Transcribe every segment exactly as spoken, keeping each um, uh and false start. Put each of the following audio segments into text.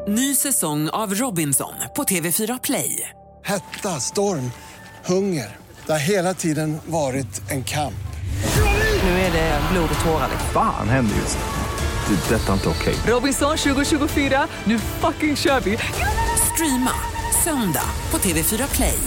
Ny säsong av Robinson på T V fyra Play. Hetta, storm, hunger. Det har hela tiden varit en kamp. Nu är det blod och tårar. Fan händer just det. Det är detta inte okej. Robinson tjugo tjugofyra, nu fucking kör vi. Streama söndag på T V fyra Play.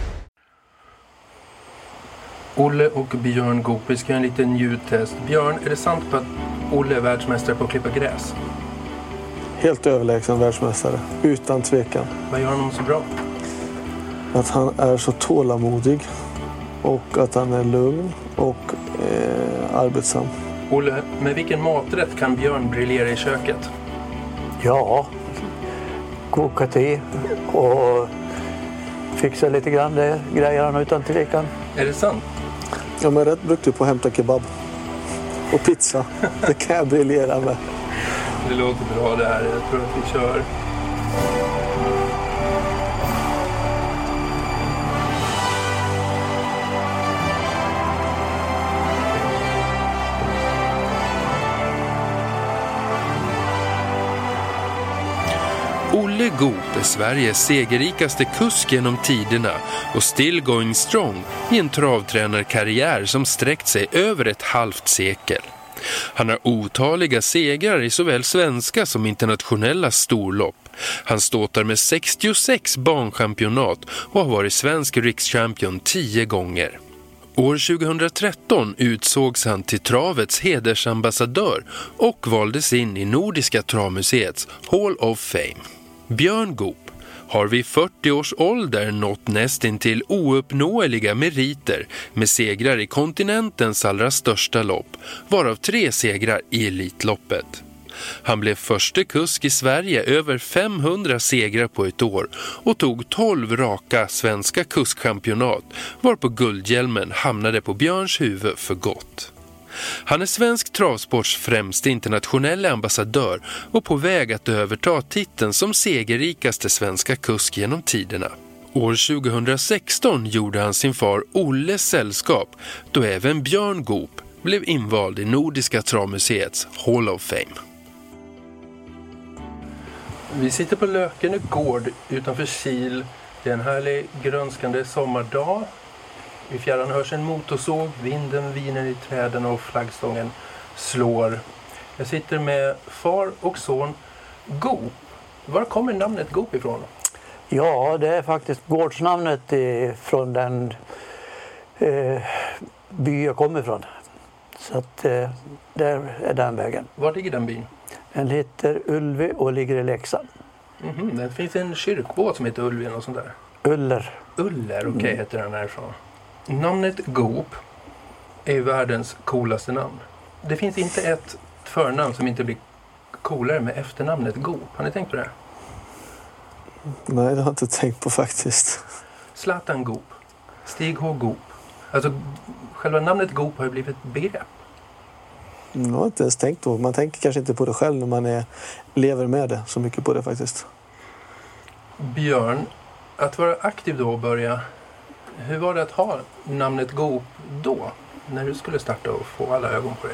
Olle och Björn Goop, vi ska göra en liten ljudtest. Björn, är det sant på att Olle är världsmästare på att klippa gräs? Helt överlägsen världsmästare, utan tvekan. Vad gör honom så bra? Att han är så tålamodig och att han är lugn och eh, arbetsam. Olle, med vilken maträtt kan Björn briljera i köket? Ja, koka te och fixa lite grann, det grejer han utan tvekan. Är det sant? Jag är rätt duktig på att hämta kebab och pizza. Det kan jag briljera med. Det låter bra det här, jag tror att vi kör. Olle Goop är Sveriges segerrikaste kusk genom tiderna och still going strong i en travtränarkarriär som sträckt sig över ett halvt sekel. Han har otaliga segrar i såväl svenska som internationella storlopp. Han ståtar med sextiosex banchampionat och har varit svensk rikschampion tio gånger. År tjugohundratretton utsågs han till travets hedersambassadör och valdes in i Nordiska travmuseets Hall of Fame. Björn Goop har vid fyrtio års ålder nått nästintill ouppnåeliga meriter med segrar i kontinentens allra största lopp, varav tre segrar i Elitloppet. Han blev förste kusk i Sverige över femhundra segrar på ett år och tog tolv raka svenska kuskchampionat, varpå guldhjälmen hamnade på Björns huvud för gott. Han är svensk travsports främste internationella ambassadör och på väg att överta titeln som segerrikaste svenska kusk genom tiderna. År tjugohundrasexton gjorde han sin far Olles sällskap, då även Björn Goop blev invald i Nordiska travmuseets Hall of Fame. Vi sitter på Lökenö gård utanför Kil. Det är en härlig grönskande sommardag. I fjärran hörs en motorsåg, vinden viner i träden och flaggstången slår. Jag sitter med far och son Goop. Var kommer namnet Goop ifrån? Ja, det är faktiskt gårdsnamnet från den eh, by jag kommer ifrån. Så att eh, där är den vägen. Var ligger den byn? Den heter Ulvi och ligger i Leksand. Mm-hmm. Det finns en kyrkbåt som heter Ulvi och sånt där. Uller. Uller, okej, okay, heter den härifrån. Namnet Goop är världens coolaste namn. Det finns inte ett förnamn som inte blir coolare med efternamnet Goop. Har ni tänkt på det? Nej, det har jag inte tänkt på faktiskt. Zlatan Goop, Stig H. Goop. Alltså, själva namnet Goop har ju blivit ett begrepp. Jag har inte ens tänkt på. Man tänker kanske inte på det själv när man är, lever med det så mycket på det faktiskt. Björn, att vara aktiv då och börja... Hur var det att ha namnet Goop då? När du skulle starta och få alla ögon på dig?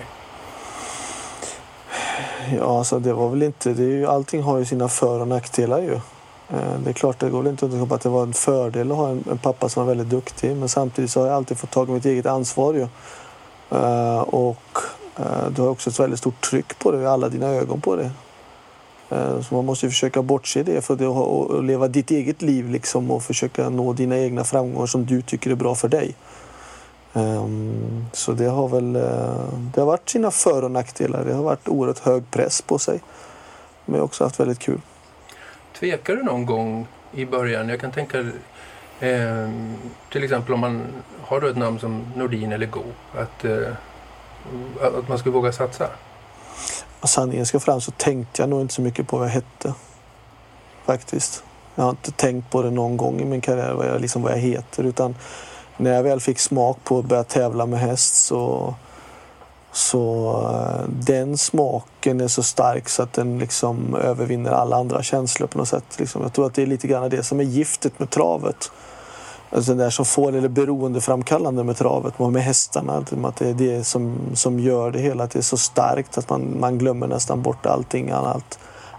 Ja, alltså det var väl inte... Det är ju, allting har ju sina för- och nackdelar ju. Det är klart, det går väl inte att tänka att det var en fördel att ha en, en pappa som var väldigt duktig. Men samtidigt så har jag alltid fått tag i mitt eget ansvar ju. Och du har också ett väldigt stort tryck på det. Alla dina ögon på det. Så man måste ju försöka bortse det för det och leva ditt eget liv liksom och försöka nå dina egna framgångar som du tycker är bra för dig. Um, så det har väl det har varit sina för- och nackdelar. Det har varit oerhört hög press på sig. Men jag har också haft väldigt kul. Tvekar du någon gång i början? Jag kan tänka eh, till exempel om man har då ett namn som Nordin eller Goop att, eh, att man skulle våga satsa. Sanningen ska fram så tänkte jag nog inte så mycket på vad jag hette. Faktiskt. Jag har inte tänkt på det någon gång i min karriär vad jag, liksom vad jag heter. Utan när jag väl fick smak på att börja tävla med häst så, så den smaken är så stark så att den liksom övervinner alla andra känslor på något sätt. Liksom. Jag tror att det är lite grann det som är giftet med travet. Alltså det där som får eller beroendeframkallande med travet, med hästarna. Att det är det som, som gör det hela, att det är så starkt att man, man glömmer nästan bort allting annat.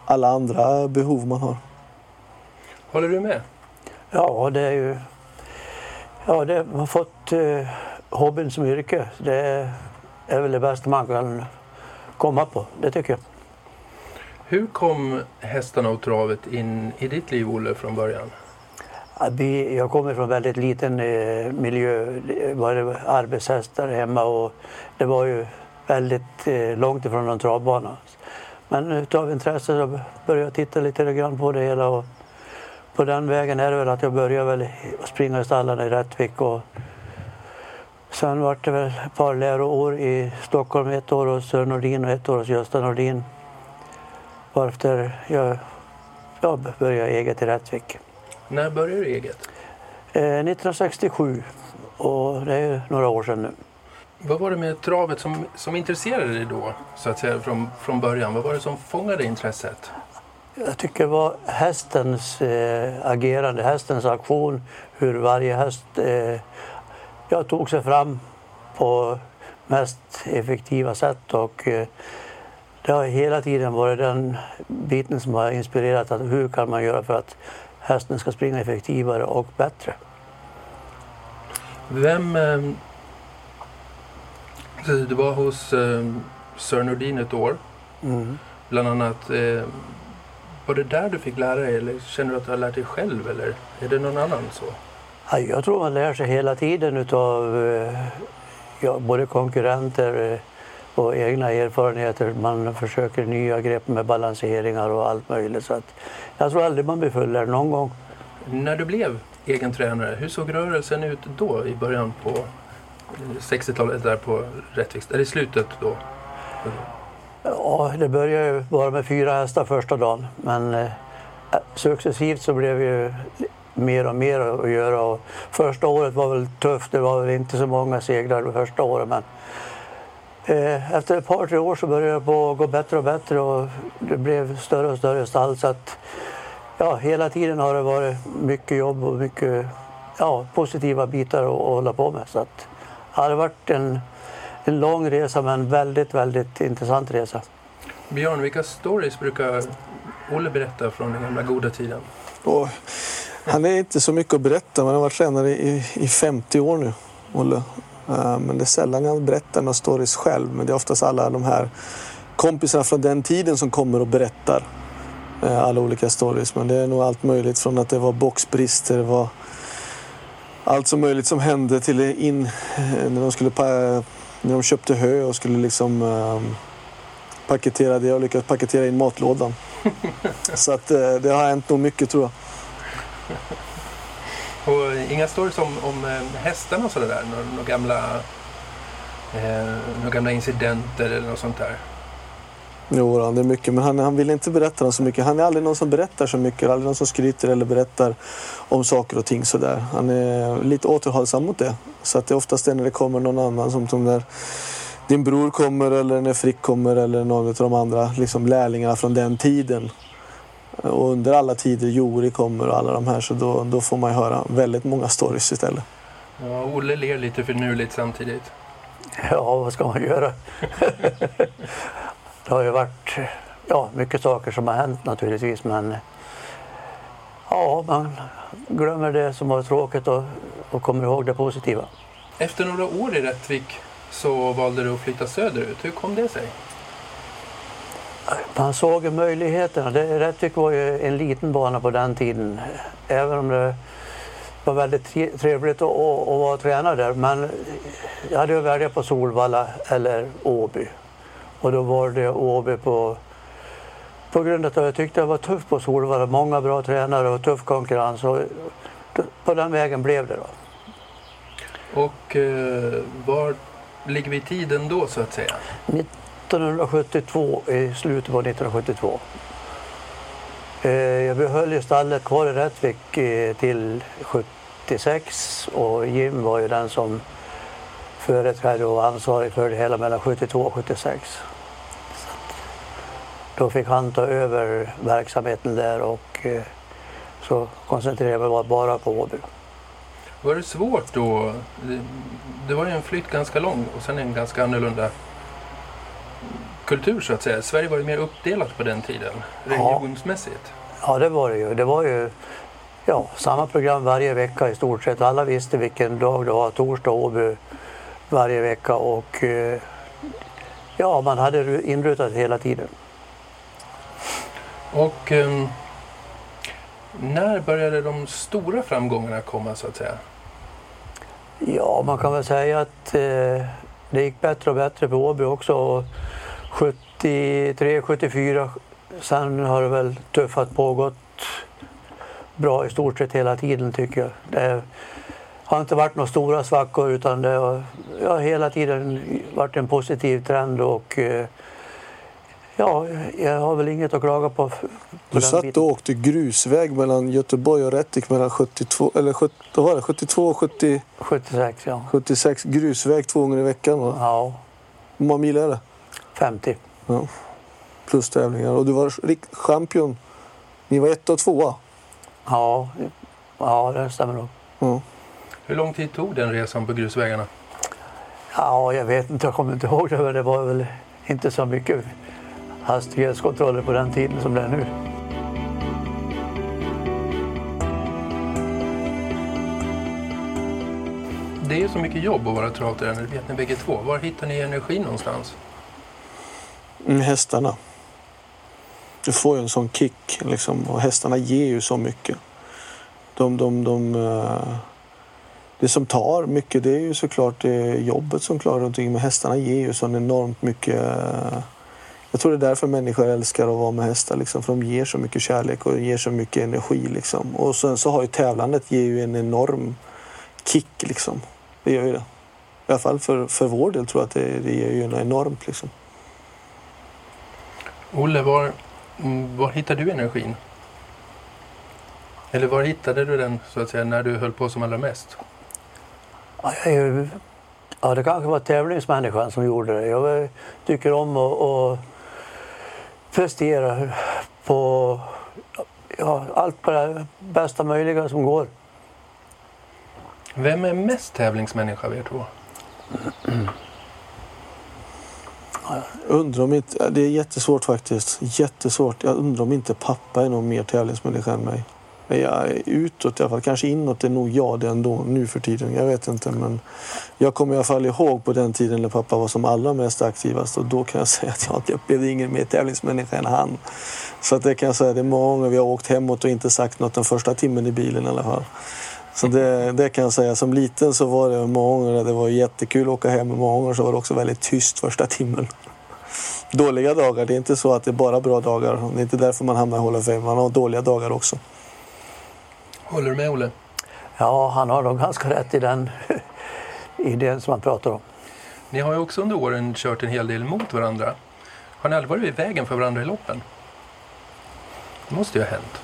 alla andra behov man har. Håller du med? Ja, det är ju... Ja, det man har fått eh, hobbyn som yrke. Det är väl det bästa man kan komma på, det tycker jag. Hur kom hästarna och travet in i ditt liv, Olle, från början? Jag kommer från en väldigt liten eh, miljö. Det var arbetshästar hemma och det var ju väldigt eh, långt ifrån någon travbana. Men utav intresse så började jag titta lite grann på det hela och på den vägen är det väl att jag började väl springa i stallarna i Rättvik och sen var det väl ett par läroår i Stockholm, ett år hos Sören Nordin och ett år hos Gösta Nordin. Varför jag, jag började eget i Rättvik. När började du eget? Eh, nittonhundrasextiosju och det är ju några år sedan nu. Vad var det med travet som, som intresserade dig då, så att säga, från, från början? Vad var det som fångade intresset? Jag tycker det var hästens eh, agerande, hästens aktion, hur varje häst eh, jag tog sig fram på mest effektiva sätt och eh, det har hela tiden varit den biten som har inspirerat att hur kan man göra för att hästen ska springa effektivare och bättre. Vem... Eh, du var hos eh, Sören Nordin ett år, Mm. bland annat. Eh, var det där du fick lära dig eller känner du att du har lärt dig själv eller är det någon annan så? Ja, jag tror man lär sig hela tiden utav eh, ja, både konkurrenter eh, och egna erfarenheter. Man försöker nya grepp med balanseringar och allt möjligt. Så att jag tror aldrig man blir fullärd någon gång. När du blev egen tränare, hur såg rörelsen ut då i början på sextiotalet där på Rättvik? Eller i slutet då? Ja, det började ju bara med fyra hästar första dagen. Men eh, successivt så blev det ju mer och mer att göra. Och första året var väl tufft. Det var väl inte så många segrar det första året. Men eh, efter ett par, tre år så började det på gå bättre och bättre. Och det blev större och större stall. Så att ja, hela tiden har det varit mycket jobb och mycket ja, positiva bitar att, att hålla på med. Så att det har varit en... En lång resa men väldigt, väldigt intressant resa. Björn, vilka stories brukar Olle berätta från den gamla goda tiden? Och han är inte så mycket att berätta, men han har varit tränare i, i femtio år nu, Olle. Uh, men det är sällan han berättar några stories själv, men det är oftast alla de här kompisarna från den tiden som kommer och berättar uh, alla olika stories. Men det är nog allt möjligt från att det var boxbrister, det var allt som möjligt som hände till in när de skulle pa- när de köpte hö och skulle liksom uh, paketera det och lyckades paketera in matlådan. Så att uh, det har hänt nog mycket, tror jag. Och inga stories om, om hästarna och sådär, några, några gamla eh, några gamla incidenter eller något sånt där? Jo, det är mycket, men han, han vill inte berätta så mycket. Han är aldrig någon som berättar så mycket, aldrig någon som skryter eller berättar om saker och ting sådär. Han är lite återhållsam mot det. Så att det är oftast är när det kommer någon annan, som, som när din bror kommer eller när Frick kommer eller någon av de andra liksom lärlingarna från den tiden. Och under alla tider Jori kommer och alla de här, så då, då får man ju höra väldigt många stories istället. Ja, Olle ler lite finurligt samtidigt. Ja, vad ska man göra? Det har ju varit ja, mycket saker som har hänt naturligtvis, men ja, man glömmer det som var tråkigt och, och kommer ihåg det positiva. Efter några år i Rättvik så valde du att flytta söderut. Hur kom det sig? Man såg möjligheterna. Det, Rättvik var ju en liten bana på den tiden, även om det var väldigt trevligt att, att, att vara tränare där. Men jag hade ju välja på Solvalla eller Åby. Och då var det Åby på, på grund av att jag tyckte det var tufft på Solvalla. Många bra tränare och tuff konkurrens. Och på den vägen blev det då. Och eh, var ligger vi i tiden då, så att säga? nittonhundrasjuttiotvå, i slutet på nittonhundrasjuttiotvå. Eh, jag behöll ju stallet kvar i Rättvik eh, till sjuttiosex och Jim var ju den som företrädde och ansvarig för det hela mellan sjuttiotvå och sjuttiosex. Så då fick han ta över verksamheten där och eh, så koncentrerade jag mig bara på Åby. Var det svårt då? Det var ju en flytt ganska lång och sen en ganska annorlunda kultur så att säga. Sverige var ju mer uppdelat på den tiden, regionsmässigt. Ja, det var det ju. Det var ju ja, samma program varje vecka i stort sett. Alla visste vilken dag det var, torsdag och Åby varje vecka och eh, ja, man hade inrutat hela tiden. Och eh, när började de stora framgångarna komma så att säga? Ja, man kan väl säga att eh, det gick bättre och bättre på Åby också. Och sjuttiotre sjuttiofyra, sen har det väl tuffat pågått bra i stort sett hela tiden tycker jag. Det har inte varit några stora svackor utan det har ja, hela tiden varit en positiv trend och eh, ja, jag har väl inget att klaga på. på du satt biten. Och åkte grusväg mellan Göteborg och Rättvik mellan sjuttiotvå, eller sjuttio, vad var det, sjuttiotvå och sjuttio, sjuttiosex, ja. sjuttiosex grusväg två gånger i veckan va? Ja. Hur många mil är det? femtio. Ja. Plus tävlingar. Och du var champion. Ni var ett och tvåa. Ja, ja det stämmer nog. Ja. Hur lång tid tog den resan på grusvägarna? Ja, jag vet inte, jag kommer inte ihåg det, men det var väl inte så mycket hastighetskontroller på den tiden som det är nu. Det är så mycket jobb att vara travtränare, det vet ni bägge två. Var hittar ni energi någonstans? Mm, hästarna. Du får ju en sån kick liksom, och hästarna ger ju så mycket. De, de, de, uh, det som tar mycket det är ju såklart det jobbet som klarar någonting, men hästarna ger ju så enormt mycket. Uh, jag tror det är därför människor älskar att vara med hästar liksom, för de ger så mycket kärlek och ger så mycket energi liksom. Och sen så har ju tävlandet ger ju en enorm kick liksom. Det gör ju det. I alla fall för, för vår del tror jag att det, det ger ju en enormt liksom. Olle, var, var hittade du energin? Eller var hittade du den så att säga när du höll på som allra mest? Ja, jag är ju, ja det kanske var tävlingsmänniskan som gjorde det. Jag tycker om att, att prestera på ja, allt på det bästa möjliga som går. Vem är mest tävlingsmänniska vet du? Mm. Undrar om inte, det är jättesvårt faktiskt. Jättesvårt. Jag undrar om inte pappa är någon mer tävlingsmänniska än mig. Jag är utåt i alla fall. Kanske inåt är nog jag det ändå nu för tiden. Jag vet inte, men jag kommer i alla fall ihåg på den tiden när pappa var som allra mest aktivast. Och då kan jag säga att jag upplevde ingen mer tävlingsmänniska än han. Så att det kan jag säga, det är många vi har åkt hemåt och inte sagt något den första timmen i bilen i alla fall. Så det, det kan jag säga. Som liten så var det många gånger, det var jättekul att åka hem, och många gånger så var det också väldigt tyst första timmen. Dåliga dagar, det är inte så att det är bara bra dagar. Det är inte därför man hamnar i Hall of Fame, man har dåliga dagar också. Håller du med Olle? Ja, han har nog ganska rätt i den idén som han pratar om. Ni har ju också under åren kört en hel del mot varandra. Har ni aldrig varit i vägen för varandra i loppen? Det måste ju ha hänt.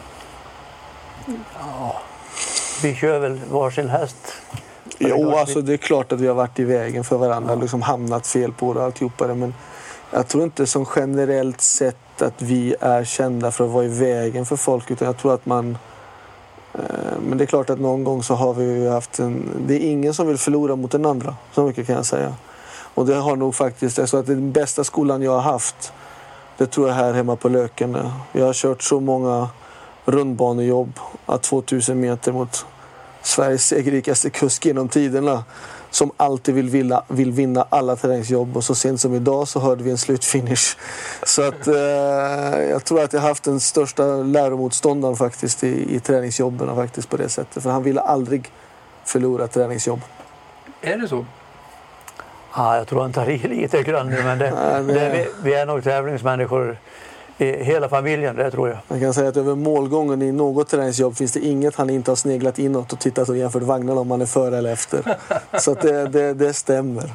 Ja, vi kör väl varsin häst. Jo, alltså det är klart att vi har varit i vägen för varandra, ja. Liksom hamnat fel på det alltihopa det, men jag tror inte som generellt sett att vi är kända för att vara i vägen för folk, utan jag tror att man eh, men det är klart att någon gång så har vi ju haft en, det är ingen som vill förlora mot den andra, så mycket kan jag säga. Och det har nog faktiskt, jag tror att den bästa skolan jag har haft, det tror jag här hemma på Löken. Jag har kört så många rundbanejobb, att tvåtusen meter mot Sveriges segerrikaste kusk genom tiderna, som alltid vill, vilja, vill vinna alla terrängsjobb, och så sent som idag så hörde vi en slutfinish. Så att eh, jag tror att jag har haft den största läromotståndaren faktiskt i, i träningsjobben faktiskt på det sättet, för han ville aldrig förlora träningsjobb. Är det så? Ja, jag tror inte det är lite grann nu, men det, Nej, det... Det, vi, vi är nog tävlingsmänniskor i hela familjen, det tror jag. Man kan säga att över målgången i något träningsjobb finns det inget han inte har sneglat inåt och tittat och jämfört vagnarna om man är före eller efter. Så att det, det, det stämmer.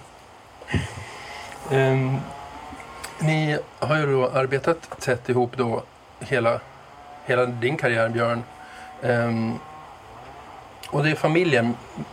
Um, ni har ju då arbetat tätt ihop då hela, hela din karriär, Björn. Um, och det är familjen.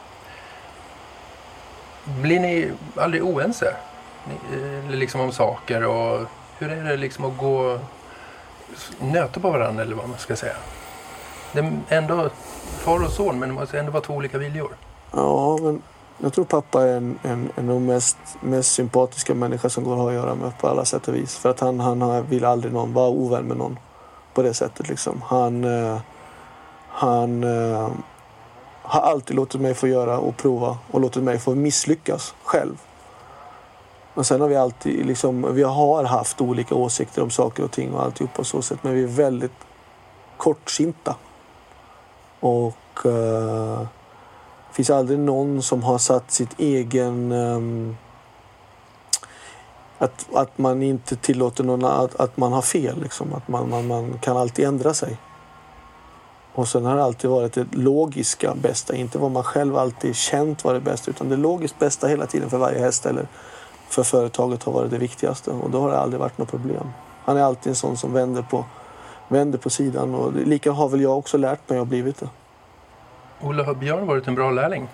Blir ni aldrig oense? Ni, liksom om saker, och hur är det liksom att gå nöta på varandra, eller vad man ska säga? Det är ändå far och son, men det måste ändå vara två olika viljor. Ja, men Jag tror pappa är en, en, en av de mest, mest sympatiska människor som går att ha att göra med på alla sätt och vis. För att han, han vill aldrig någon vara ovän med någon på det sättet. Liksom. Han, eh, han eh, har alltid låtit mig få göra och prova och låtit mig få misslyckas själv. Och sen har vi alltid liksom, vi har haft olika åsikter om saker och ting och alltihop på så sätt. Men vi är väldigt kortsinta. Och eh, det finns aldrig någon som har satt sitt egen... Um, att, att man inte tillåter någon att, att man har fel. Liksom. Att man, man, man kan alltid ändra sig. Och sen har det alltid varit det logiska bästa. Inte vad man själv alltid känt var det bästa. Utan det logiskt bästa hela tiden för varje häst eller för företaget har varit det viktigaste. Och då har det aldrig varit något problem. Han är alltid en sån som vänder på, vänder på sidan. Och lika har väl jag också lärt mig och blivit det. Olle, har Björn varit en bra lärling?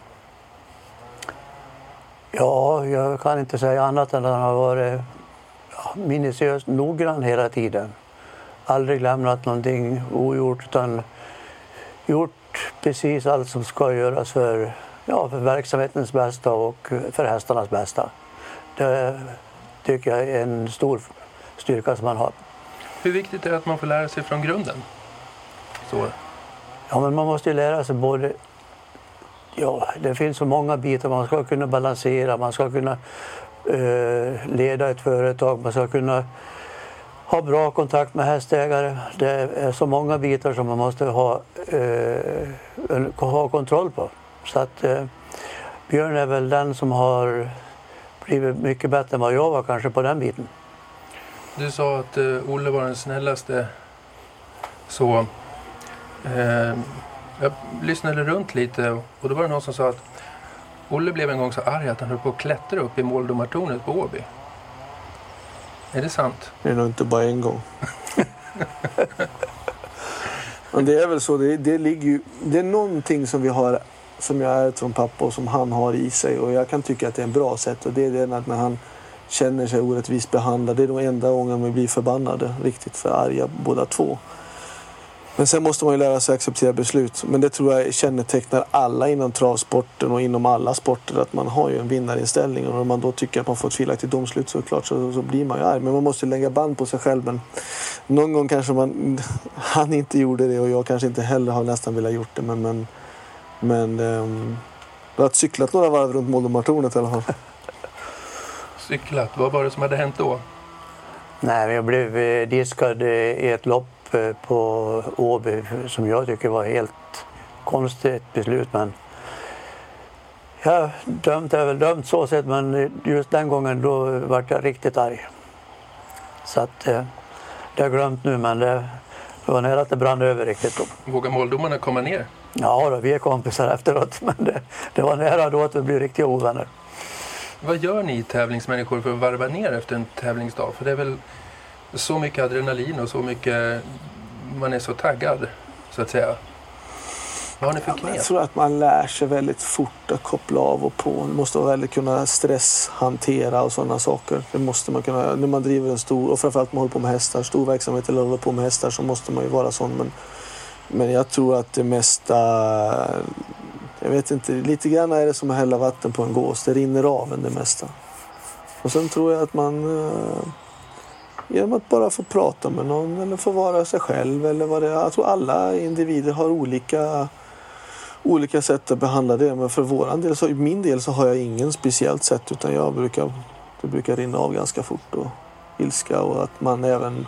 Ja, jag kan inte säga annat än att han har varit ja, minutiöst noggrann hela tiden. Aldrig lämnat någonting ogjort utan gjort precis allt som ska göras för, ja, för verksamhetens bästa och för hästarnas bästa. Det tycker jag är en stor styrka som man har. Hur viktigt är det att man får lära sig från grunden? Så. Ja, men man måste ju lära sig både... Ja, det finns så många bitar. Man ska kunna balansera, man ska kunna eh, leda ett företag, man ska kunna ha bra kontakt med hästägare. Det är så många bitar som man måste ha, eh, ha kontroll på. Så att eh, Björn är väl den som har blivit mycket bättre än vad jag var kanske på den biten. Du sa att eh, Olle var den snällaste. Så eh, jag lyssnade runt lite och då var det någon som sa att Olle blev en gång så arg att han höll på att klättra upp i måldomartornet på Åby. Är det sant? Det är nog inte bara en gång. Men det är väl så, det, det ligger ju, det är någonting som vi har, som jag är från pappa och som han har i sig och jag kan tycka att det är en bra sätt och det är det att när han känner sig orättvist behandlad, det är de enda gången vi blir förbannade, riktigt för arga båda två. Men sen måste man ju lära sig acceptera beslut. Men det tror jag kännetecknar alla inom travsporten och inom alla sporter. Att man har ju en vinnarinställning. Och om man då tycker att man får ett felaktigt domslut så klart så, så blir man ju arg. Men man måste lägga band på sig själv. Men någon gång kanske man, han inte gjorde det och jag kanske inte heller har nästan velat gjort det. Men, men, men um, jag har cyklat några varv runt måldomartornet i alla fall. Cyklat? Vad var det som hade hänt då? Nej, jag blev diskad i ett lopp på Åby som jag tycker var helt konstigt beslut, men ja, dömt är väl dömt så sett, men just den gången då var jag riktigt arg. Så att det har jag glömt nu, men det, det var nära att det brann över riktigt då. Vågar måldomarna komma ner? Ja, då, vi är kompisar efteråt, men det, det var nära då att vi blev riktiga ovänner. Vad gör ni tävlingsmänniskor för att varva ner efter en tävlingsdag? För det är väl så mycket adrenalin och så mycket, man är så taggad så att säga. Vad har ni för knep? Ja, jag tror att man lär sig väldigt fort att koppla av och på. Man måste väldigt kunna stresshantera och sådana saker. Det måste man kunna, när man driver en stor, och framförallt man håller på med hästar, stor verksamhet eller håller på med hästar så måste man ju vara sån. Men, men jag tror att det mesta, jag vet inte, lite grann är det som att hälla vatten på en gås. Det rinner av en det mesta. Och sen tror jag att man... Genom att bara få prata med någon eller få vara sig själv eller vad det är. Jag tror alla individer har olika, olika sätt att behandla det. Men för våran del, så i min del så har jag ingen speciellt sätt utan jag brukar, det brukar rinna av ganska fort och ilska och att man även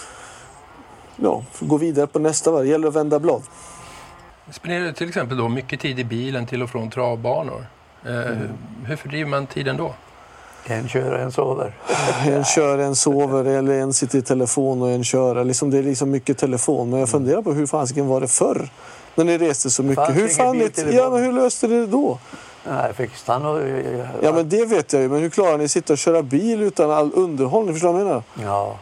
ja, går vidare på nästa varv. Det gäller att vända blad. Spenderar du till exempel då mycket tid i bilen till och från travbanor? Eh, mm. Hur fördriver man tiden då? En kör, en sover. En kör, en sover eller en sitter i telefon och en kör. Liksom, det är liksom mycket telefon. Men jag funderar på hur fasiken var det förr? När ni reste så mycket. Hur, fan det, ja, men hur löste ni det då? Nej, jag fick stanna och... Ja, men det vet jag ju. Men hur klarar ni att sitta och köra bil utan all underhållning? Förstår du vad jag menar? Ja.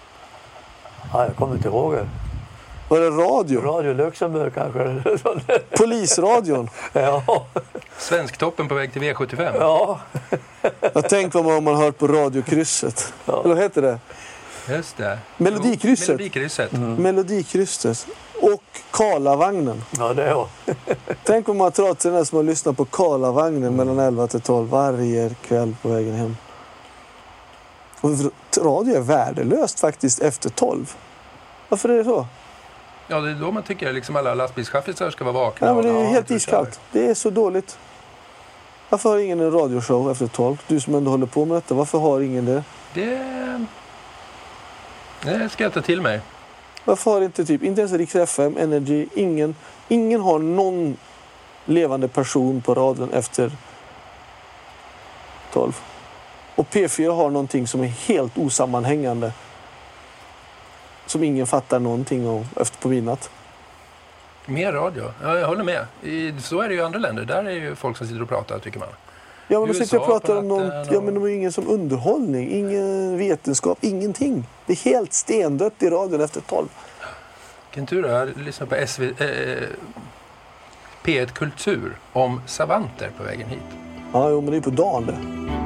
Ja, jag kommer inte ihåg det. Var det radio? Radio Luxemburg kanske. Polisradion? Ja. Svensktoppen på väg till V sjuttiofem? Ja. Jag tänkte vad man har hört på radiokrysset. Ja. Eller vad heter det? Just det. Melodikrysset. Melodikrysset. Mm. Melodikrysset. Och Karlavagnen. Ja, det är jag. Tänk om man travtränare som har lyssnat på Karlavagnen mm. mellan elva till tolv varje kväll på vägen hem. Och radio är värdelöst faktiskt efter tolv. Varför är det så? Ja, det är då man tycker att liksom alla lastbilschaffisar ska vara vakna. Ja, men det är ja, helt iskallt. Det är så dåligt. Varför har ingen en radioshow efter tolv? Du som ändå håller på med detta, varför har ingen det? Det, det ska jag ta till mig. Varför har inte typ, inte ens Rix F M, Energy, ingen, ingen har någon levande person på radion efter tolv. Och P fyra har någonting som är helt osammanhängande. Som ingen fattar någonting om efter på midnatt. Mer radio, ja, jag håller med. I, så är det ju i andra länder. Där är ju folk som sitter och pratar, tycker man. Ja, men de sitter och pratar om något. Och... Ja, men de är ju ingen som underhållning. Ingen vetenskap, ingenting. Det är helt stendött i radion efter tolv. Vilken tur, jag lyssnar på S V, eh, P ett Kultur om savanter på vägen hit. Ja, jo, men det är på dagen det.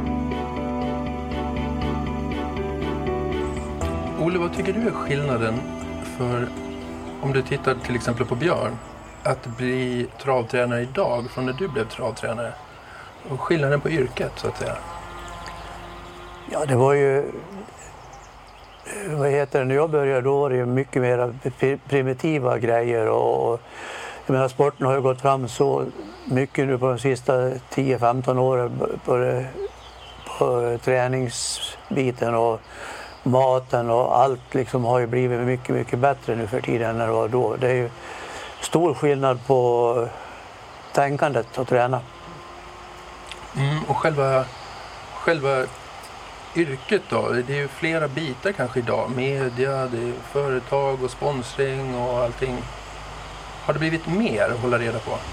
Olle, vad tycker du är skillnaden för, om du tittar till exempel på Björn, att bli travtränare idag från när du blev travtränare? Och skillnaden på yrket, så att säga. Ja, det var ju... Vad heter det? När jag började då var det ju mycket mer primitiva grejer. Och, jag menar, sporten har ju gått fram så mycket nu på de sista tio femton åren på, det, på träningsbiten och maten och allt liksom har ju blivit mycket, mycket bättre nu för tiden än det var då. Det är ju stor skillnad på tänkandet och träna. Mm, och själva, själva yrket då, det är ju flera bitar kanske idag. Media, det är företag och sponsring och allting. Har det blivit mer att hålla reda på?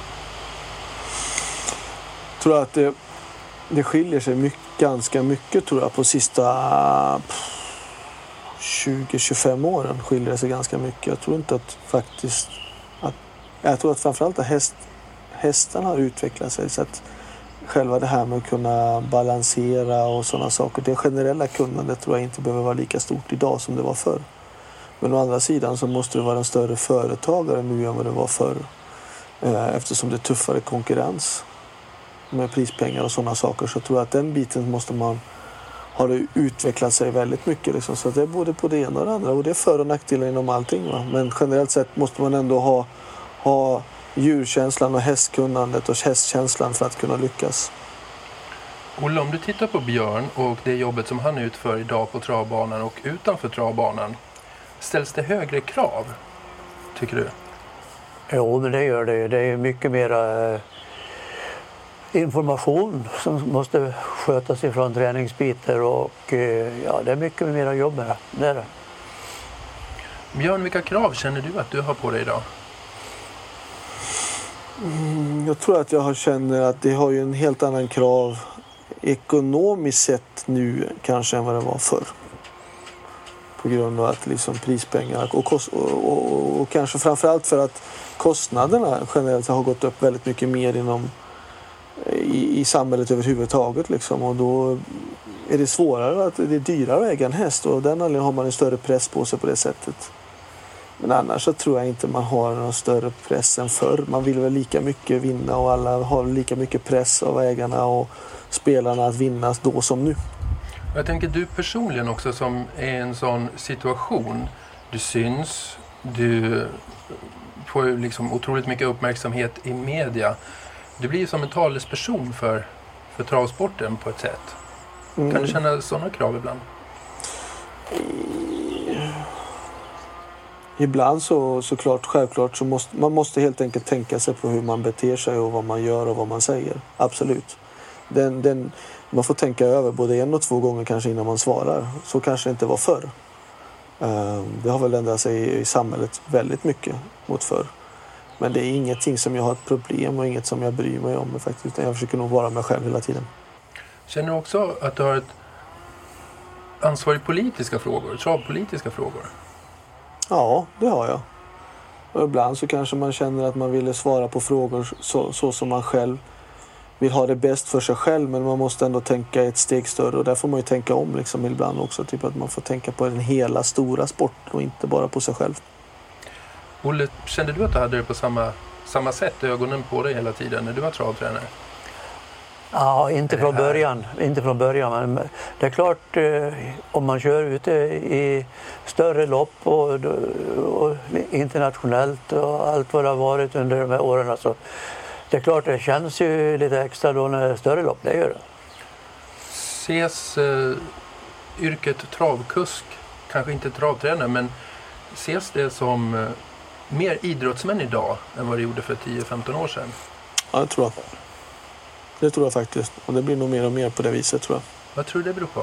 Jag tror att det, det skiljer sig mycket, ganska mycket tror jag på sista tjugo till tjugofem åren skiljer det sig ganska mycket. Jag tror inte att faktiskt att, jag tror att framförallt att häst, hästarna har utvecklat sig så att själva det här med att kunna balansera och sådana saker, det generella kunnandet tror jag inte behöver vara lika stort idag som det var förr. Men å andra sidan så måste det vara en större företagare nu än vad det var förr. Eftersom det är tuffare konkurrens med prispengar och sådana saker, så tror jag att den biten måste man ha utvecklat sig väldigt mycket. Liksom. Så det är både på det ena och det andra, och det är för- och nackdelar inom allting. Va? Men generellt sett måste man ändå ha, ha djurkänslan och hästkunnandet och hästkänslan för att kunna lyckas. Olle, om du tittar på Björn och det jobbet som han utför idag på travbanan och utanför travbanan, ställs det högre krav, tycker du? Jo, men det gör det ju. Det är mycket mer eh, information som måste skötas ifrån träningsbitar och eh, ja, det är mycket mer jobb med det. Det är det. Björn, vilka krav känner du att du har på dig idag? Mm, jag tror att jag känner att det har ju en helt annan krav ekonomiskt sett nu kanske än vad det var förr. På grund av att liksom prispengar och, kost, och, och, och, och kanske framförallt för att kostnaderna generellt har gått upp väldigt mycket mer inom i, i samhället överhuvudtaget liksom, och då är det svårare, att det är dyrare att äga en häst, och den anledningen har man en större press på sig på det sättet. Men annars så tror jag inte man har någon större press än förr. Man vill väl lika mycket vinna, och alla har lika mycket press av ägarna och spelarna att vinna då som nu. Jag tänker du personligen också som är en sån situation. Du syns, du får ju liksom otroligt mycket uppmärksamhet i media. Du blir ju som en talesperson för, för travsporten på ett sätt. Mm. Kan du känna sådana krav ibland? Ibland så såklart, självklart så måste man måste helt enkelt tänka sig på hur man beter sig och vad man gör och vad man säger. Absolut. Den, den, man får tänka över både en och två gånger kanske innan man svarar. Så kanske det inte var förr. Det har väl ändrat sig i samhället väldigt mycket mot förr. Men det är ingenting som jag har ett problem och inget som jag bryr mig om faktiskt. Utan jag försöker nog vara mig själv hela tiden. Känner du också att du har ett ansvar i politiska frågor, travpolitiska frågor? Ja, det har jag. Och ibland så kanske man känner att man ville svara på frågor så, så som man själv vill ha det bäst för sig själv, men man måste ändå tänka ett steg större, och där får man ju tänka om liksom ibland också, typ att man får tänka på den hela stora sporten och inte bara på sig själv. Olle, kände du att du hade det på samma, samma sätt, ögonen på dig hela tiden när du var travtränare? Ja, inte från början. Inte från början. Men det är klart, eh, om man kör ute i större lopp och, och internationellt och allt vad det har varit under de här åren. Så det är klart, det känns ju lite extra då när det är större lopp, det gör det. Ses eh, yrket travkusk, kanske inte travtränare, men ses det som eh, mer idrottsmän idag än vad det gjorde för tio femton år sedan? Ja, det tror jag. Det tror jag faktiskt. Och det blir nog mer och mer på det viset, tror jag. Vad tror du det beror på?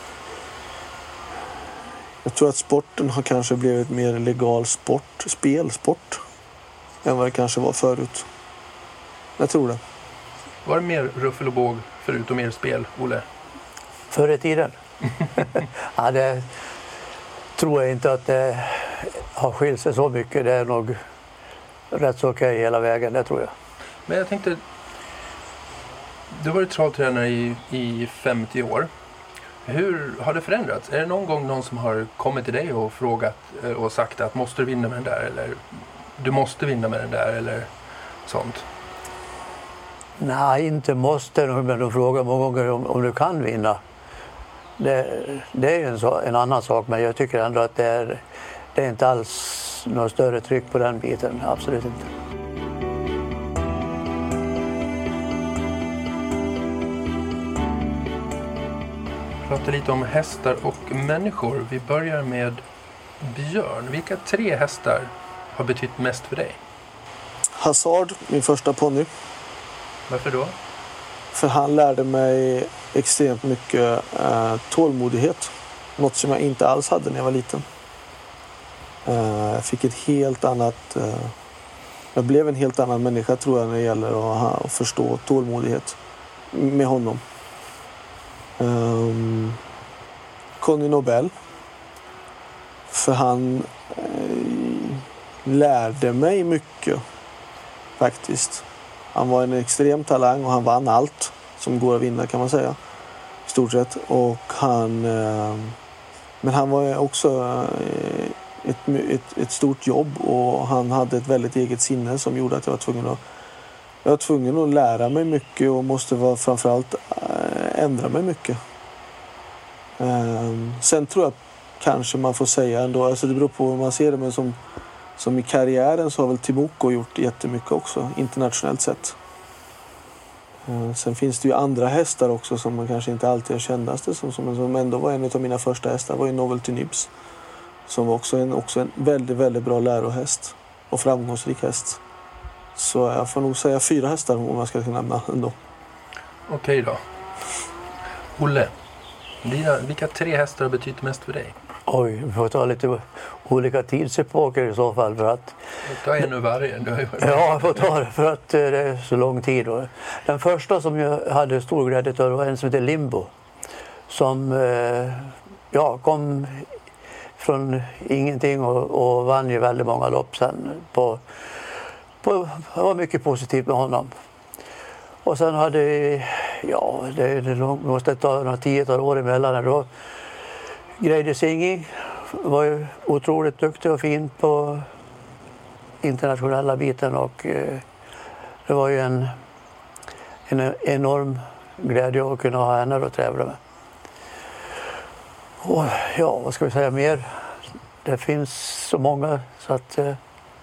Jag tror att sporten har kanske blivit mer legal sport, spelsport, än vad det kanske var förut. Jag tror det. Var det mer ruffel och båg förutom mer spel, Olle? Förr i tiden? Ja, det tror jag inte att det har skilt sig så mycket. Det är nog rätt så okej hela vägen, det tror jag. Men jag tänkte, du har varit travtränare i, i femtio år. Hur har det förändrats? Är det någon gång någon som har kommit till dig och frågat och sagt att måste du vinna med den där? Eller du måste vinna med den där eller sånt? Nej, inte måste, men de frågar många gånger om, om du kan vinna. Det, det är en, så, en annan sak, men jag tycker ändå att det är, det är inte alls något större tryck på den biten, absolut inte. Prata lite om hästar och människor. Vi börjar med Björn. Vilka tre hästar har betytt mest för dig? Hazard, min första ponny. Varför då? För han lärde mig extremt mycket eh, tålmodighet. Något som jag inte alls hade när jag var liten. Eh, jag fick ett helt annat... Eh, jag blev en helt annan människa, tror jag, när det gäller att, ha, att förstå tålmodighet med honom. Um, Conny Nobel. För han eh, lärde mig mycket, faktiskt. Han var en extrem talang och han vann allt som går att vinna, kan man säga, i stort sett. Och han, eh, men han var också eh, ett, ett, ett stort jobb, och han hade ett väldigt eget sinne som gjorde att jag var tvungen att jag var tvungen att lära mig mycket och måste vara framförallt äh, ändra mig mycket. Um, sen tror jag kanske man får säga ändå, alltså det beror på hur man ser det, men som, som i karriären så har väl Timoko gjort jättemycket också, internationellt sett. Uh, sen finns det ju andra hästar också som man kanske inte alltid har kändaste som, som, som ändå var en av mina första hästar, var ju Novelty Nibs, som var också en, också en väldigt, väldigt bra lärohäst och framgångsrik häst. Så jag får nog säga fyra hästar om man ska kunna nämna ändå. Okej då. Olle, dina, vilka tre hästar har betytt mest för dig? Oj, vi får ta lite olika tidsepoker i så fall. För att, ta en ur varje. Du har ju... Ja, jag får ta det för att det är så lång tid. Den första som jag hade stor glädje av var en som heter Limbo. Som ja, kom från ingenting och, och vann ju väldigt många lopp sen på... Det var mycket positivt med honom. Och sen hade vi, ja, det, det måste ta några tiotal år emellan. Då Grady Singing var ju otroligt duktig och fin på internationella biten, och eh, det var ju en, en enorm glädje att kunna ha henne att tävla med. Och ja, vad ska vi säga mer? Det finns så många så att... Eh,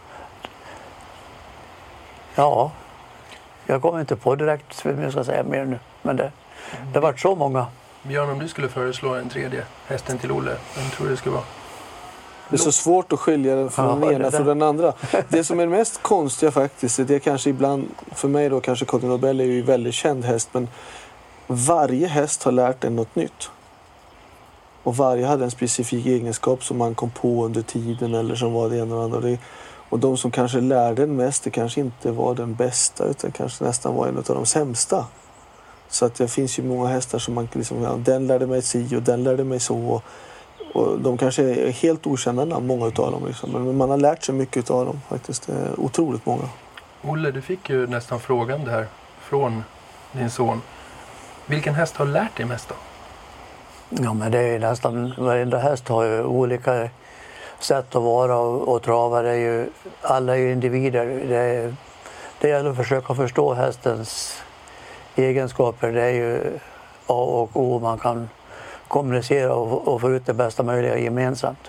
Ja, jag kommer inte på direkt vad jag ska säga mer nu, men det, det har varit så många. Björn, om du skulle föreslå en tredje hästen till Olle, vem tror du det skulle vara? Det är så svårt att skilja den från ja, den ena från den andra. Det som är mest konstiga faktiskt, det är kanske ibland, för mig då kanske Conny Nobel är ju en väldigt känd häst, men varje häst har lärt en något nytt. Och varje hade en specifik egenskap som man kom på under tiden eller som var det ena och andra. Det, och de som kanske lärde den mest, det kanske inte var den bästa utan kanske nästan var en av de sämsta. Så att det finns ju många hästar som man liksom, ja, den lärde mig si och den lärde mig så. Och, och de kanske är helt okända namn, många utav dem liksom. Men man har lärt sig mycket utav dem faktiskt. Det är otroligt många. Olle, du fick ju nästan frågan där från din son. Vilken häst har lärt dig mest då? Ja, men det är nästan, varenda häst har ju olika sätt att vara och, och trava. Det är ju, alla är ju individer. Det är, det gäller att försöka förstå hästens egenskaper. Det är ju A och O. Man kan kommunicera och, och få ut det bästa möjliga gemensamt.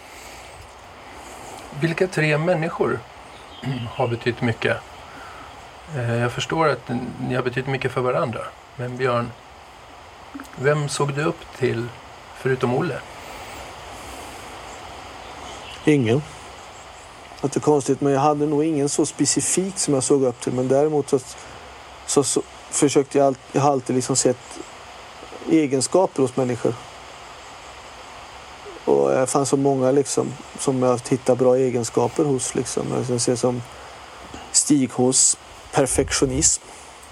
Vilka tre människor har betytt mycket? Jag förstår att ni har betytt mycket för varandra. Men Björn, vem såg du upp till förutom Olle? Ingen. Det är konstigt, men jag hade nog ingen så specifikt som jag såg upp till. Men däremot så, så, så försökte jag, all, jag har alltid liksom sett egenskaper hos människor. Och det fanns så många liksom, som jag hittar bra egenskaper hos. Liksom. Jag ser som Stig hos perfektionism.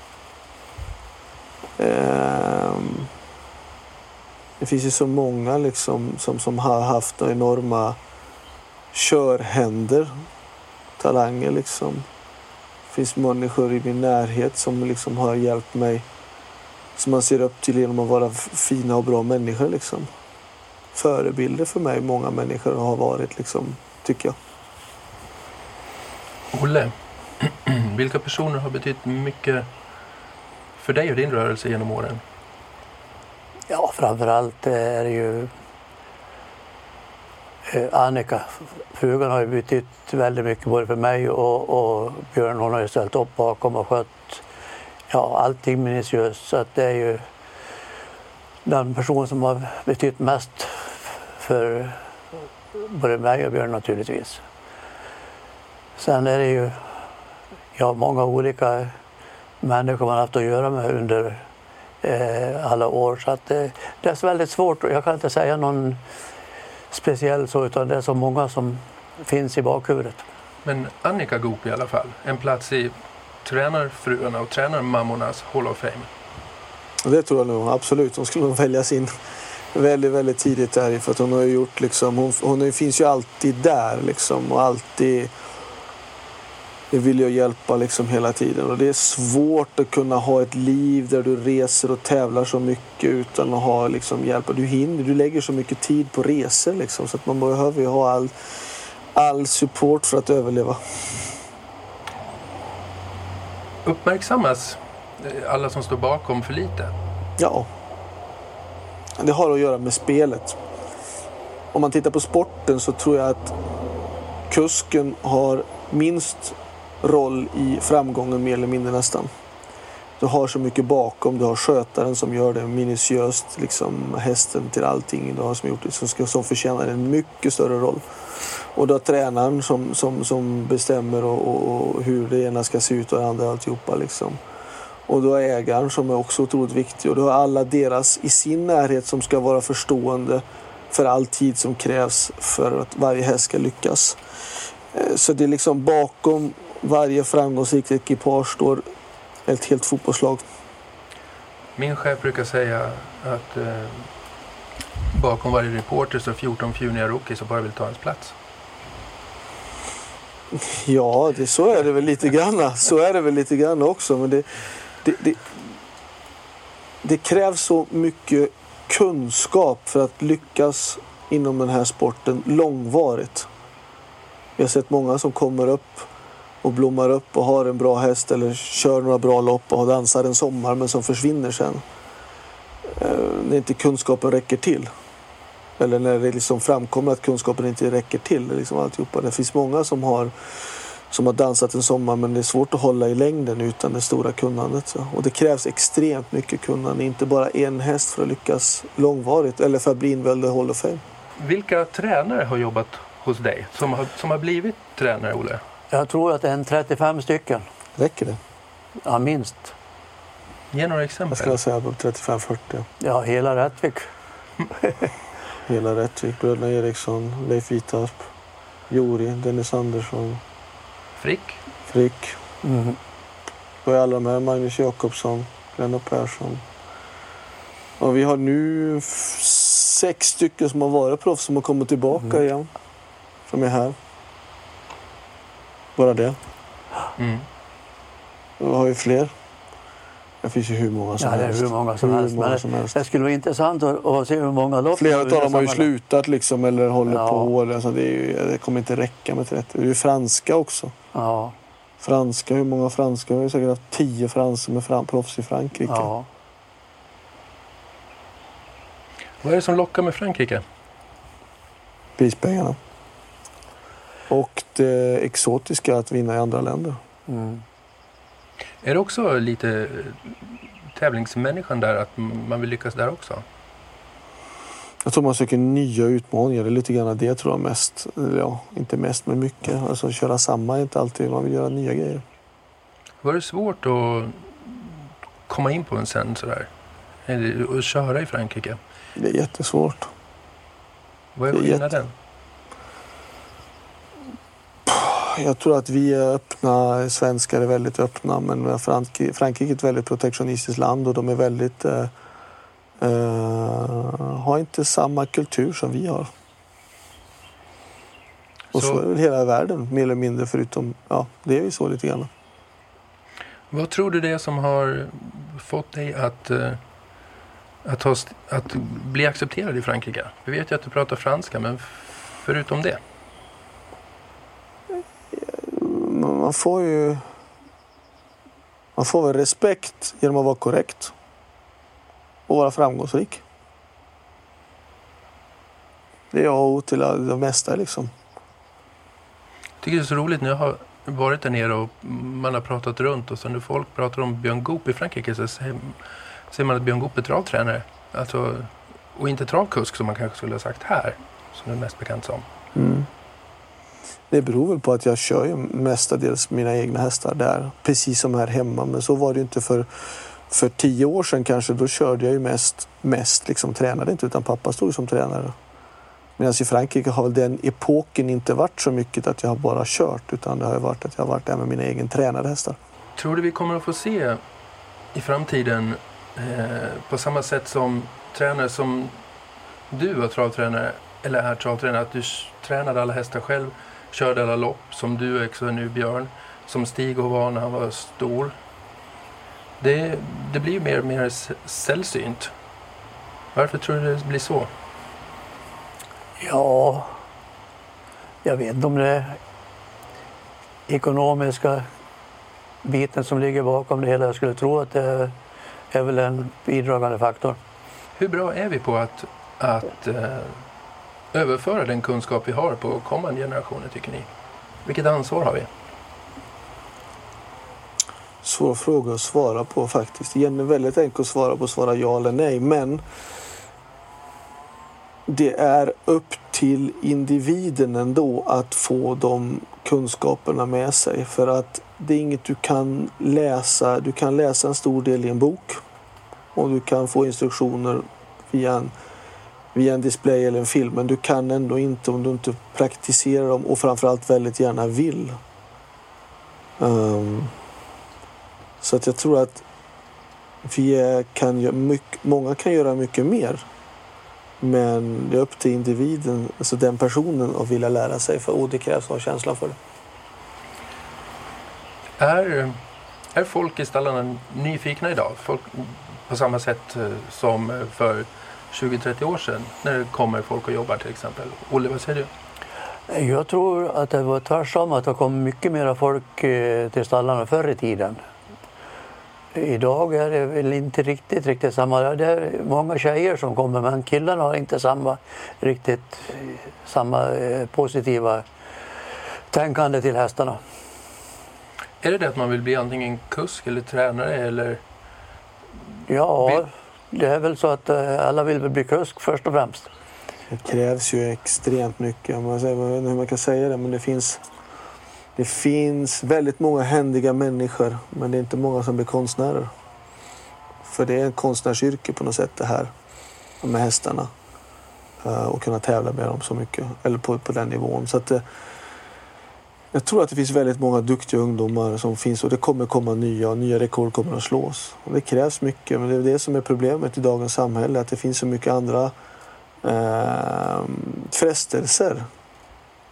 Ehm, det finns ju så många liksom, som, som har haft enorma körhänder, talanger liksom. Det finns människor i min närhet som liksom har hjälpt mig, som man ser upp till genom att vara fina och bra människor liksom. Förebilder för mig, många människor har varit liksom, tycker jag. Olle, vilka personer har betytt mycket för dig och din rörelse genom åren? Ja, framförallt är det ju Annika. Frugan har ju betytt väldigt mycket både för mig och, och Björn. Hon har ju ställt upp bakom och skött ja, allting minutiöst. Så att det är ju den person som har betytt mest för både mig och Björn naturligtvis. Sen är det ju ja, många olika människor man har haft att göra med under eh, alla år. Så att det, det är väldigt svårt. Jag kan inte säga någon speciell så, utan det är så många som finns i bakhuvudet. Men Annika Goop i alla fall, en plats i tränarfruarna och tränarmammornas Hall of Fame. Det tror jag nog, absolut. Hon skulle nog väljas in väldigt, väldigt tidigt där, för att hon har ju gjort liksom, hon, hon finns ju alltid där liksom, och alltid vill jag hjälpa liksom hela tiden. Och det är svårt att kunna ha ett liv där du reser och tävlar så mycket utan att ha liksom hjälp. Du hinner, du lägger så mycket tid på resor liksom, så att man behöver ju ha all, all support för att överleva. Uppmärksammas alla som står bakom för lite? Ja. Det har att göra med spelet. Om man tittar på sporten så tror jag att kusken har minst roll i framgången mer eller mindre nästan. Du har så mycket bakom, du har skötaren som gör det minutiöst, liksom hästen till allting du har som gjort det, som, ska, som förtjänar en mycket större roll. Och du har tränaren som, som, som bestämmer och, och, och hur det ena ska se ut och det andra alltihopa liksom. Och du har ägaren som är också otroligt viktig, och du har alla deras i sin närhet som ska vara förstående för all tid som krävs för att varje häst ska lyckas. Så det är liksom bakom varje framgångsrikt ekipage står ett helt fotbollslag. Min chef brukar säga att eh, bakom varje reporter står fjorton fjuniga rookies som bara vill ta hans plats. Ja, det, så är det väl lite grann. Så är det väl lite grann också. Men det, det, det, det krävs så mycket kunskap för att lyckas inom den här sporten långvarigt. Vi har sett många som kommer upp och blommar upp och har en bra häst eller kör några bra lopp och dansar en sommar, men som försvinner sen. När inte kunskapen räcker till. Eller när det liksom framkommer att kunskapen inte räcker till. Liksom alltihopa. Det finns många som har, som har dansat en sommar, men det är svårt att hålla i längden utan det stora kunnandet. Så. Och det krävs extremt mycket kunnande. Inte bara en häst för att lyckas långvarigt eller för att bli invald i Hall of Fame. Vilka tränare har jobbat hos dig som har, som har blivit tränare, Olle? Jag tror att det är en trettiofem stycken. Räcker det? Ja, minst. Ge några exempel. Jag skulle säga på trettiofem fyrtio. Ja, hela Rättvik. Hela Rättvik. Bröderna Eriksson, Leif Vitarp, Jori, Dennis Andersson. Frick. Frick. Mm. Och alla de här, Magnus Jakobsson, Lennart Persson. Och vi har nu f- sex stycken som har varit proffs som har kommit tillbaka mm. igen. Som är här. Bara det. Mm. Och vi har ju fler. Det finns ju hur många som ja, det är helst. hur många som hur helst. Många men som helst. Det skulle vara intressant att, att se hur många lopp... Flera av dem har ju slutat liksom, eller håller ja. på. Eller, alltså, det, är ju, det kommer inte räcka med trettio. Det är ju franska också. Ja. Franska, hur många franska? Vi har säkert haft tio franska med fram, proffs i Frankrike. Ja. Vad är det som lockar med Frankrike? Prispengarna. Och det exotiska att vinna i andra länder. Mm. Är det också lite tävlingsmänniskan där, att man vill lyckas där också? Jag tror man söker nya utmaningar. Det är lite grann det tror jag mest. Ja, inte mest men mycket. Alltså köra samma är inte alltid. Man vill göra nya grejer. Var det svårt att komma in på en scen sådär? Och köra i Frankrike? Det är jättesvårt. Vad är Det är skillnaden? jätte... Jag tror att vi är öppna, svenskar är väldigt öppna, men Frankrike, Frankrike är ett väldigt protektionistiskt land och de är väldigt eh, eh, har inte samma kultur som vi har. Och så, så är det väl hela världen, mer eller mindre, förutom, ja, det är ju så lite grann. Vad tror du det är som har fått dig att, att, ha, att bli accepterad i Frankrike? Vi vet ju att du pratar franska, men förutom det? Man får ju man får väl respekt genom att vara korrekt och vara framgångsrik. Det är jag och till det mesta liksom. Jag tycker det är så roligt när jag har varit där nere och man har pratat runt och så när folk pratar om Björn Goop i Frankrike så säger, säger man att Björn Goop är travtränare. Alltså, och inte travkusk som man kanske skulle ha sagt här, som är mest bekant som. Mm. Det beror väl på att jag kör ju mestadels mina egna hästar där, precis som här hemma. Men så var det ju inte för, för tio år sedan kanske. Då körde jag ju mest, mest liksom tränade inte, utan pappa stod som tränare. Medan i Frankrike har väl den epoken inte varit så mycket att jag har bara kört, utan det har ju varit att jag har varit där med mina egen tränade hästar. Tror du vi kommer att få se i framtiden eh, på samma sätt som tränare som du var travtränare eller är travtränare, att du tränade alla hästar själv, körde alla lopp som du också är nu, Björn, som Stig och var när han var stor. Det, det blir ju mer och mer sällsynt. Varför tror du det blir så? Ja, jag vet inte om det är ekonomiska biten som ligger bakom det hela. Jag skulle tro att det är väl en bidragande faktor. Hur bra är vi på att, att eh, överföra den kunskap vi har på kommande generationer, tycker ni? Vilket ansvar har vi? Svår fråga att svara på faktiskt. Igen är väldigt enkelt att svara på, svara ja eller nej. Men det är upp till individen ändå att få de kunskaperna med sig. För att det är inget du kan läsa. Du kan läsa en stor del i en bok. Och du kan få instruktioner via en, via en display eller en film. Men du kan ändå inte, om du inte praktiserar dem och framförallt väldigt gärna vill. Um, så att jag tror att vi kan göra mycket, många kan göra mycket mer. Men det är upp till individen, alltså den personen, att vilja lära sig. För och det krävs att ha känslan för det. Är, är folk i stallarna nyfikna idag? Folk, på samma sätt som för tjugo till trettio år sedan, när det kommer folk och jobbar till exempel. Olle, vad säger du? Jag tror att det var tvärtom, att det kom mycket mer folk till stallarna förr i tiden. Idag är det väl inte riktigt, riktigt samma. Det är många tjejer som kommer, men killarna har inte samma riktigt samma positiva tänkande till hästarna. Är det det att man vill bli antingen kusk eller tränare eller? Ja, det är väl så att alla vill bli kusk först och främst. Det krävs ju extremt mycket. Jag vet inte hur man kan säga det, men det finns, det finns väldigt många händiga människor, men det är inte många som blir konstnärer. För det är en konstnärsyrke på något sätt det här med hästarna. Och kunna tävla med dem så mycket, eller på, på den nivån. Så att jag tror att det finns väldigt många duktiga ungdomar som finns, och det kommer komma nya och nya rekord kommer att slås. Och det krävs mycket, men det är det som är problemet i dagens samhälle, att det finns så mycket andra eh, frestelser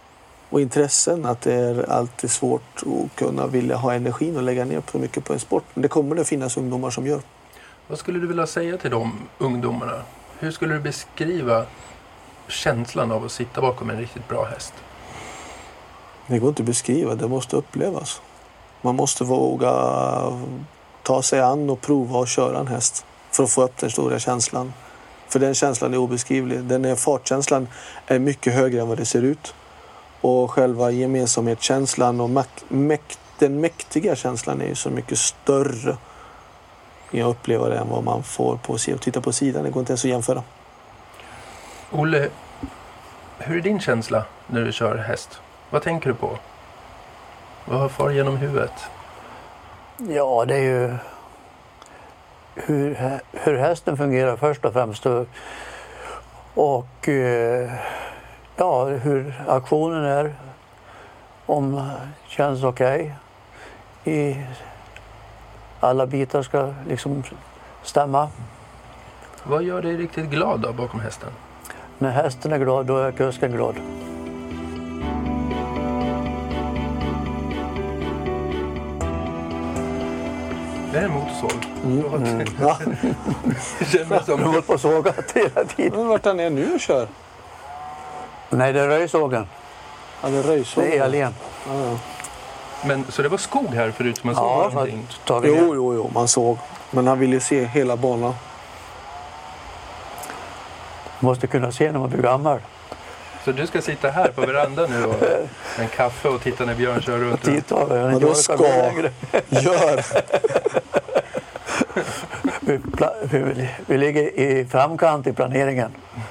och intressen. Att det är alltid svårt att kunna vilja ha energin och lägga ner så mycket på en sport. Men det kommer det finnas ungdomar som gör. Vad skulle du vilja säga till de ungdomarna? Hur skulle du beskriva känslan av att sitta bakom en riktigt bra häst? Det går inte att beskriva, det måste upplevas. Man måste våga ta sig an och prova att köra en häst för att få upp den stora känslan. För den känslan är obeskrivlig. Den är, fartkänslan är mycket högre än vad det ser ut. Och själva gemensamhetskänslan och mak- mäkt, den mäktiga känslan är ju så mycket större i att uppleva det än vad man får på sig och titta på sidan. Det går inte ens att jämföra. Olle, hur är din känsla när du kör häst? Vad tänker du på? Vad har far genom huvudet? Ja, det är ju hur, hur hästen fungerar först och främst. Och, och ja, hur aktionen är. Om det känns okej. I alla bitar ska liksom stämma. Vad gör dig riktigt glad då bakom hästen? När hästen är glad, då är kusken glad. Det är en motorsåg. Mm. Mm. Ja. Känner som... Du har hållit på sågat hela tiden. Men vart han är nu och kör? Nej, det är röjsågen. Ja, det är röjsågen. Det är alén. Ja, ja. Men så det var skog här förut man såg Ja, någonting? man jo, jo, jo, man såg. Men han ville ju se hela banan. Måste kunna se när man blir gammal. Så du ska sitta här på verandan nu och en kaffe och titta när Björn kör runt? Titta, jag ja, då ska gör. vi, pla- vi, vi ligger i framkant i planeringen.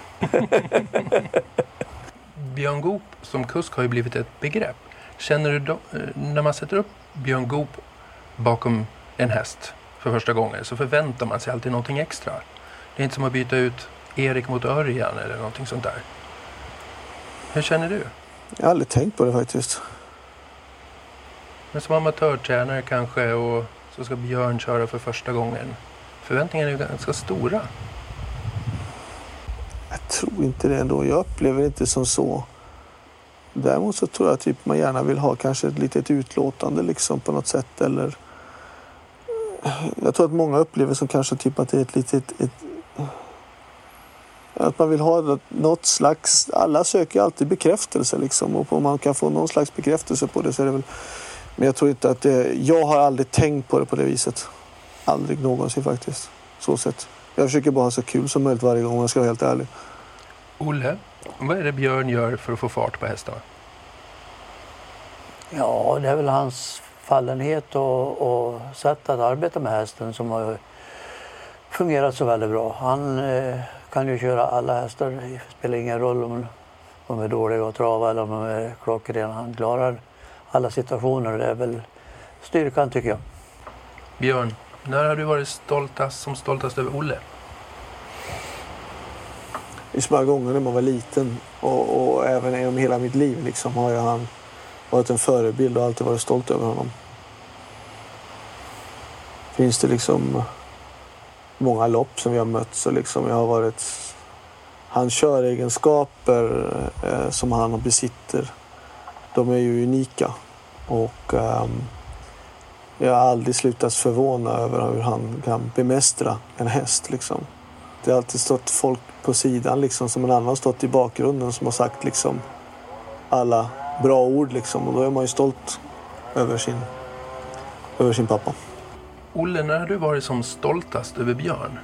Björn Goop som kusk har ju blivit ett begrepp. Känner du då, när man sätter upp Björn Goop bakom en häst för första gången så förväntar man sig alltid någonting extra. Det är inte som att byta ut Erik mot Örjan eller någonting sånt där. Hur känner du? Jag har aldrig tänkt på det faktiskt. Men som amatörtränare kanske och så ska Björn köra för första gången. Förväntningarna är ju ganska stora. Jag tror inte det ändå. Jag upplever det inte som så. Däremot så tror jag att typ man gärna vill ha kanske ett litet utlåtande liksom på något sätt. Eller jag tror att många upplever som kanske typ att det är ett litet... Ett... Att man vill ha något slags... Alla söker alltid bekräftelse liksom. Och om man kan få någon slags bekräftelse på det så är det väl... Men jag tror inte att det... Jag har aldrig tänkt på det på det viset. Aldrig någonsin faktiskt. Så sett. Jag försöker bara ha så kul som möjligt varje gång om jag ska vara helt ärlig. Olle, vad är det Björn gör för att få fart på hästarna? Ja, det är väl hans fallenhet och, och sätt att arbeta med hästen som har fungerat så väldigt bra. Han eh, kan ju köra alla hästar. Det spelar ingen roll om de är dåliga att trava eller om de är klockrena. Han klarar alla situationer. Det är väl styrkan tycker jag. Björn, när har du varit stoltast som stoltast över Olle? I så många gånger när man var liten och, och även genom hela mitt liv liksom, har jag han varit en förebild och alltid varit stolt över honom. Finns det liksom många lopp som vi har mött så liksom jag har varit hans köregenskaper eh, som han besitter, de är ju unika och eh, jag har aldrig slutat förvåna över hur han kan bemästra en häst liksom. Det har alltid stått folk på sidan liksom, som en annan stått i bakgrunden som har sagt liksom alla bra ord liksom, och då är man ju stolt över sin, över sin pappa. Olle, när har du varit som stoltast över Björn?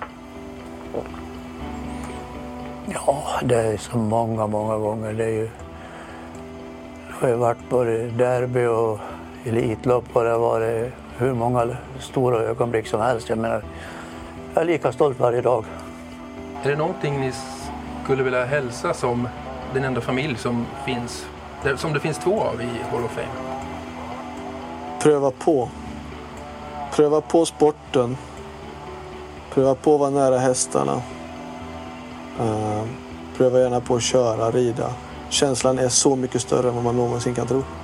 Ja, det är så många, många gånger. Det är ju, det har ju varit både derby och elitlopp och det har varit hur många stora ögonblick som helst. Jag menar, jag är lika stolt varje dag. Är det någonting ni skulle vilja hälsa som den enda familj som finns, som det finns två av i Hall of Fame? Pröva på. Pröva på sporten. Pröva på att vara nära hästarna. Uh, pröva gärna på att köra, rida. Känslan är så mycket större än vad man någonsin kan tro.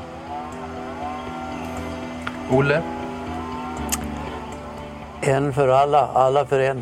Olle? En för alla, alla för en.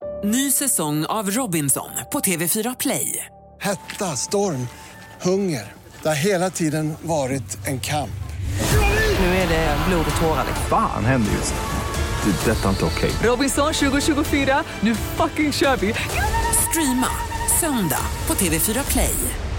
Ny säsong av Robinson på T V fyra Play. Hetta, storm, hunger. Det har hela tiden varit en kamp. Nu är det blod och tårar. Fan händer just det. Det är detta inte okej. Robinson tjugo tjugofyra, nu fucking kör vi. Streama söndag på T V fyra Play.